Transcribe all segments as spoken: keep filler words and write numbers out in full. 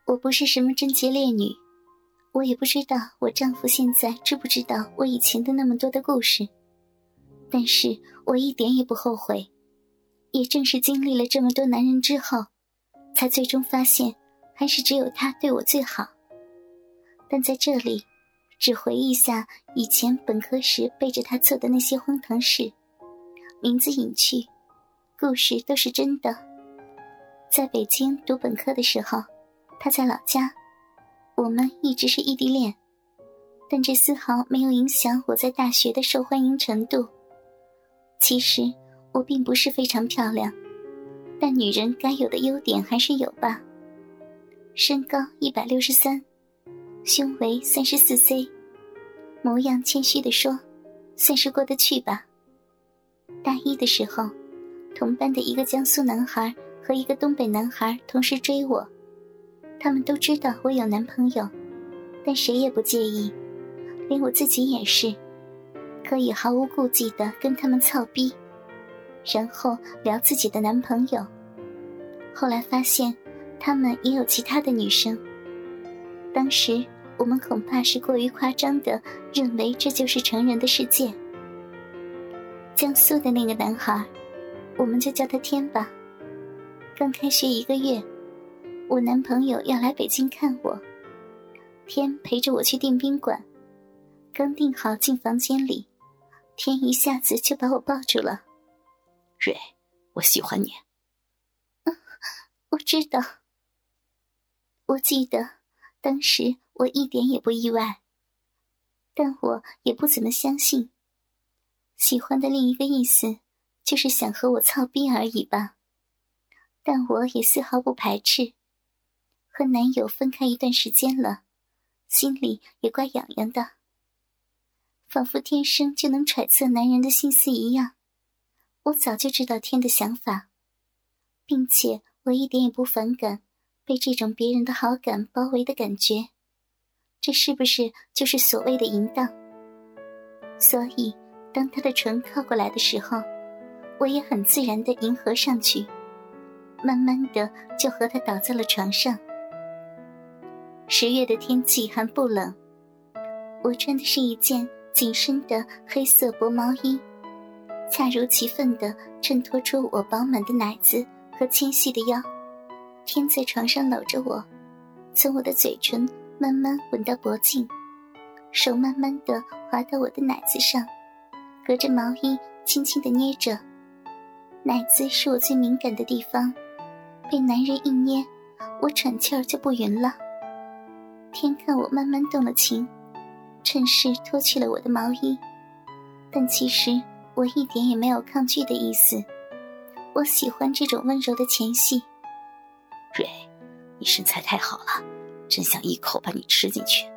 我不是什么贞洁烈女，我也不知道我丈夫现在知不知道我以前的那么多的故事，但是我一点也不后悔。也正是经历了这么多男人之后，才最终发现还是只有他对我最好。但在这里只回忆下以前本科时背着他做的那些荒唐事，名字隐去，故事都是真的。在北京读本科的时候，他在老家，我们一直是异地恋，但这丝毫没有影响我在大学的受欢迎程度。其实我并不是非常漂亮，但女人该有的优点还是有吧。身高一百六十三，胸围三十四 C， 模样谦虚地说，算是过得去吧。大一的时候，同班的一个江苏男孩和一个东北男孩同时追我，他们都知道我有男朋友，但谁也不介意，连我自己也是，可以毫无顾忌地跟他们操逼，然后聊自己的男朋友。后来发现他们也有其他的女生，当时我们恐怕是过于夸张地认为这就是成人的世界。江苏的那个男孩，我们就叫他天吧。刚开学一个月，我男朋友要来北京看我，天陪着我去订宾馆，刚订好进房间里，天一下子就把我抱住了。 蕊，我喜欢你。 嗯，我知道。我记得当时我一点也不意外，但我也不怎么相信。喜欢的另一个意思就是想和我操逼而已吧，但我也丝毫不排斥。和男友分开一段时间了，心里也怪痒痒的，仿佛天生就能揣测男人的心思一样。我早就知道天的想法，并且我一点也不反感被这种别人的好感包围的感觉，这是不是就是所谓的淫荡？所以当他的唇靠过来的时候，我也很自然地迎合上去，慢慢地就和他倒在了床上。十月的天气还不冷，我穿的是一件紧身的黑色薄毛衣，恰如其分地衬托出我饱满的奶子和纤细的腰。天在床上搂着我，从我的嘴唇慢慢吻到脖颈，手慢慢地滑到我的奶子上，隔着毛衣轻轻地捏着。奶子是我最敏感的地方，被男人一捏，我喘气儿就不匀了。天看我慢慢动了情，趁势脱去了我的毛衣，但其实我一点也没有抗拒的意思，我喜欢这种温柔的前戏。 蕊，你身材太好了，真想一口把你吃进去。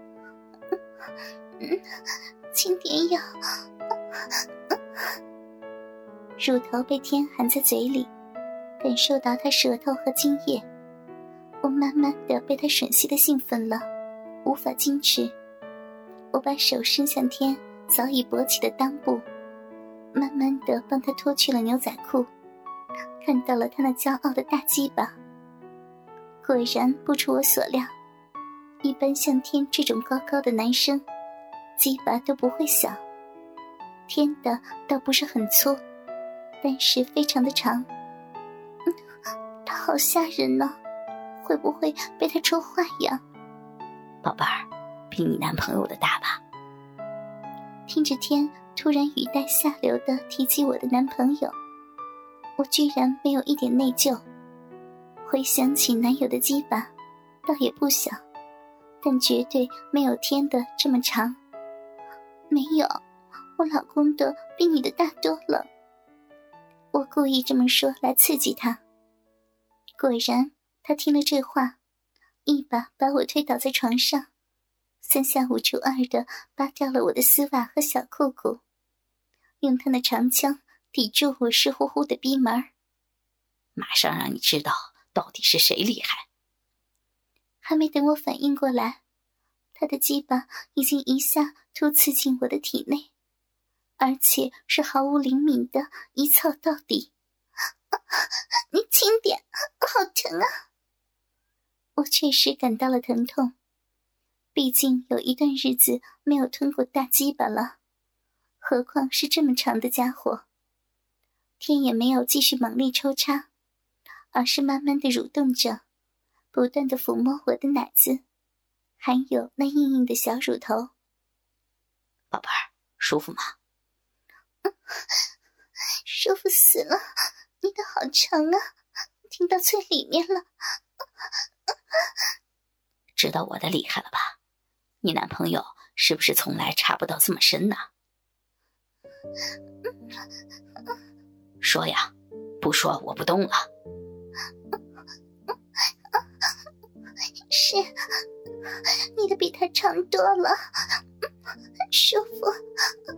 嗯，轻点咬。乳头被天含在嘴里，感受到他舌头和精液，我慢慢地被他吮吸的兴奋了，无法矜持。我把手伸向天早已勃起的裆部，慢慢地帮他脱去了牛仔裤，看到了他那骄傲的大鸡巴。果然不出我所料，一般像天这种高高的男生，鸡巴都不会小。天的倒不是很粗，但是非常的长。嗯，他好吓人呢，会不会被他戳坏呀？ 宝贝儿，比你男朋友的大吧？ 听着天突然语带下流地提起我的男朋友，我居然没有一点内疚。回想起男友的鸡巴，倒也不小，但绝对没有天的这么长。没有，我老公的比你的大多了。我故意这么说来刺激他。果然，他听了这话，一把把我推倒在床上，三下五除二地扒掉了我的丝袜和小裤裤，用他那长枪抵住我湿乎乎的逼门。 马上让你知道到底是谁厉害。 还没等我反应过来，他的鸡巴已经一下突刺进我的体内，而且是毫无灵敏的一操到底。啊，你轻点，好疼啊！ 我确实感到了疼痛，毕竟有一段日子没有吞过大鸡巴了，何况是这么长的家伙。天也没有继续猛力抽插，而是慢慢地蠕动着，不断地抚摸我的奶子，还有那硬硬的小乳头。 宝贝儿，舒服吗？ 嗯，舒服死了，你的好长啊，听到最里面了。 知道我的厉害了吧？你男朋友是不是从来插不到这么深呢？说呀，不说我不动了。 是，你的比他长多了，舒服。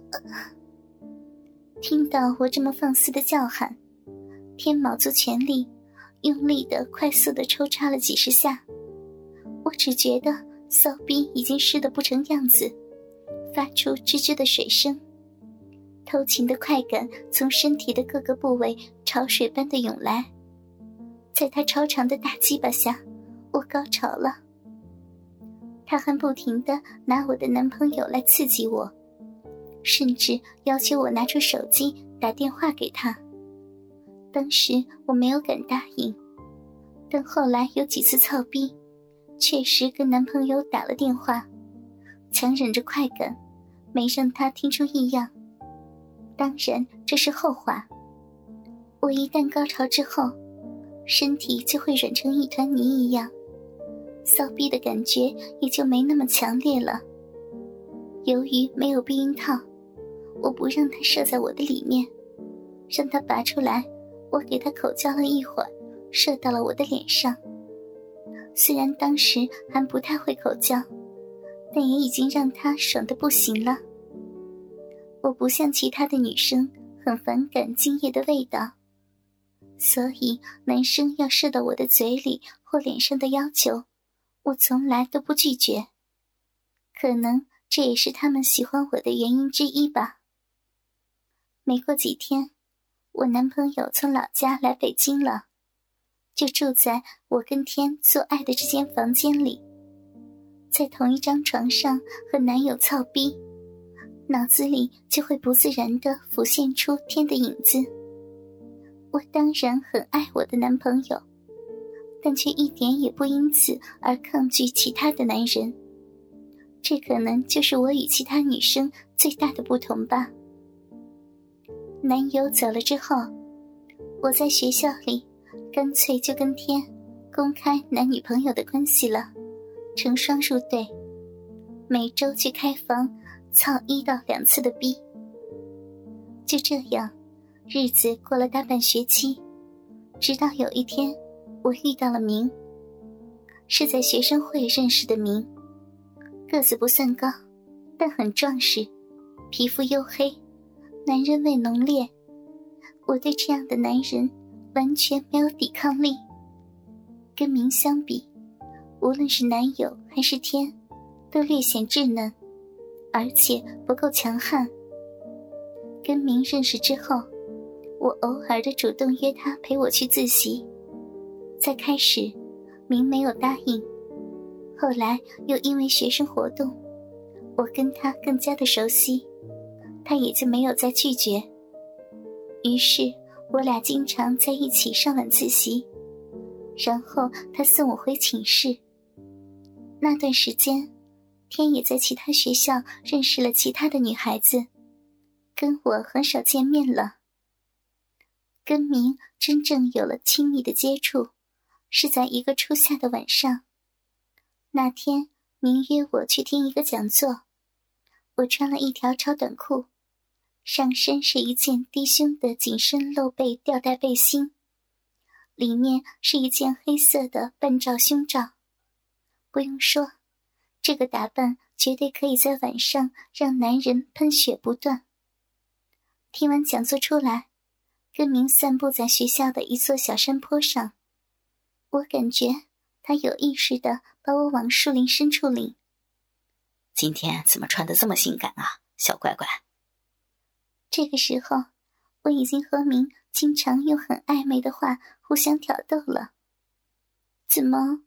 听到我这么放肆的叫喊，天卯足全力，用力的快速的抽插了几十下。我只觉得骚逼已经湿得不成样子，发出吱吱的水声。偷情的快感从身体的各个部位潮水般的涌来，在他超长的大鸡巴下，我高潮了。他还不停地拿我的男朋友来刺激我，甚至要求我拿出手机打电话给他。当时我没有敢答应，但后来有几次操逼，确实跟男朋友打了电话，强忍着快感，没让他听出异样。当然这是后话。我一旦高潮之后，身体就会软成一团泥一样，骚逼的感觉也就没那么强烈了。由于没有避孕套，我不让他射在我的里面，让他拔出来，我给他口交了一会儿，射到了我的脸上。虽然当时还不太会口交，但也已经让他爽得不行了。我不像其他的女生很反感精液的味道，所以男生要射到我的嘴里或脸上的要求，我从来都不拒绝。可能这也是他们喜欢我的原因之一吧。没过几天，我男朋友从老家来北京了，就住在我跟天做爱的这间房间里，在同一张床上和男友操逼，脑子里就会不自然地浮现出天的影子。我当然很爱我的男朋友，但却一点也不因此而抗拒其他的男人。这可能就是我与其他女生最大的不同吧。男友走了之后，我在学校里干脆就跟天公开男女朋友的关系了，成双入对，每周去开房操一到两次的逼。就这样，日子过了大半学期，直到有一天，我遇到了明，是在学生会认识的明。个子不算高，但很壮实，皮肤黝黑，男人味浓烈。我对这样的男人完全没有抵抗力。跟明相比，无论是男友还是天，都略显稚嫩，而且不够强悍。跟明认识之后，我偶尔的主动约他陪我去自习。在开始，明没有答应，后来又因为学生活动，我跟他更加的熟悉，他也就没有再拒绝。于是我俩经常在一起上晚自习，然后他送我回寝室。那段时间，天也在其他学校认识了其他的女孩子，跟我很少见面了。跟明真正有了亲密的接触，是在一个初夏的晚上。那天明约我去听一个讲座，我穿了一条超短裤，上身是一件低胸的紧身露背吊带背心，里面是一件黑色的半罩胸罩。不用说，这个打扮绝对可以在晚上让男人喷血不断。听完讲座出来，跟明散步在学校的一座小山坡上，我感觉他有意识地把我往树林深处领。 今天怎么穿得这么性感啊，小乖乖？ 这个时候，我已经和明经常用很暧昧的话互相挑逗了。怎么，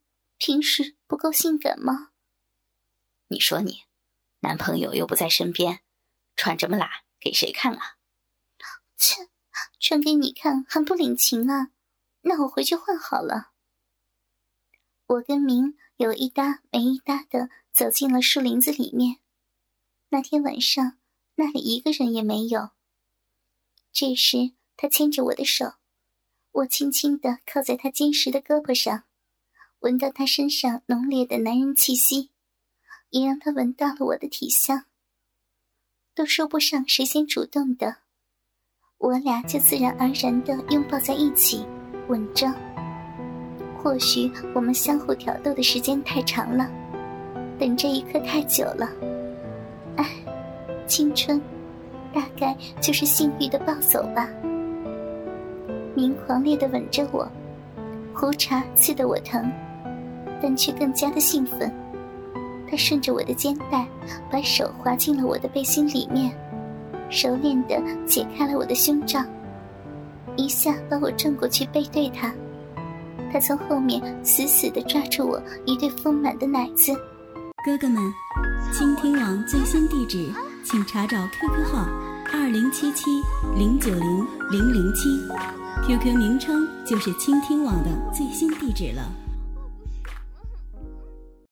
平时不够性感吗？ 你说你，男朋友又不在身边，穿这么辣给谁看啊？ 切，穿给你看还不领情啊？那我回去换好了。我跟明有一搭没一搭的走进了树林子里面。那天晚上那里一个人也没有。这时他牵着我的手，我轻轻地靠在他坚实的胳膊上，闻到他身上浓烈的男人气息，也让他闻到了我的体香。都说不上谁先主动的，我俩就自然而然地拥抱在一起，吻着。或许我们相互挑逗的时间太长了，等这一刻太久了。唉，青春大概就是性欲的暴走吧。明狂烈地吻着我，胡茬刺得我疼，但却更加的兴奋。他顺着我的肩带，把手滑进了我的背心里面，熟练地解开了我的胸罩，一下把我转过去背对他。他从后面死死地抓住我一对丰满的奶子。 哥哥们，倾听网最新地址请查找 Q Q 号二零七七零九零零零七 ，Q Q 名称就是倾听网的最新地址了。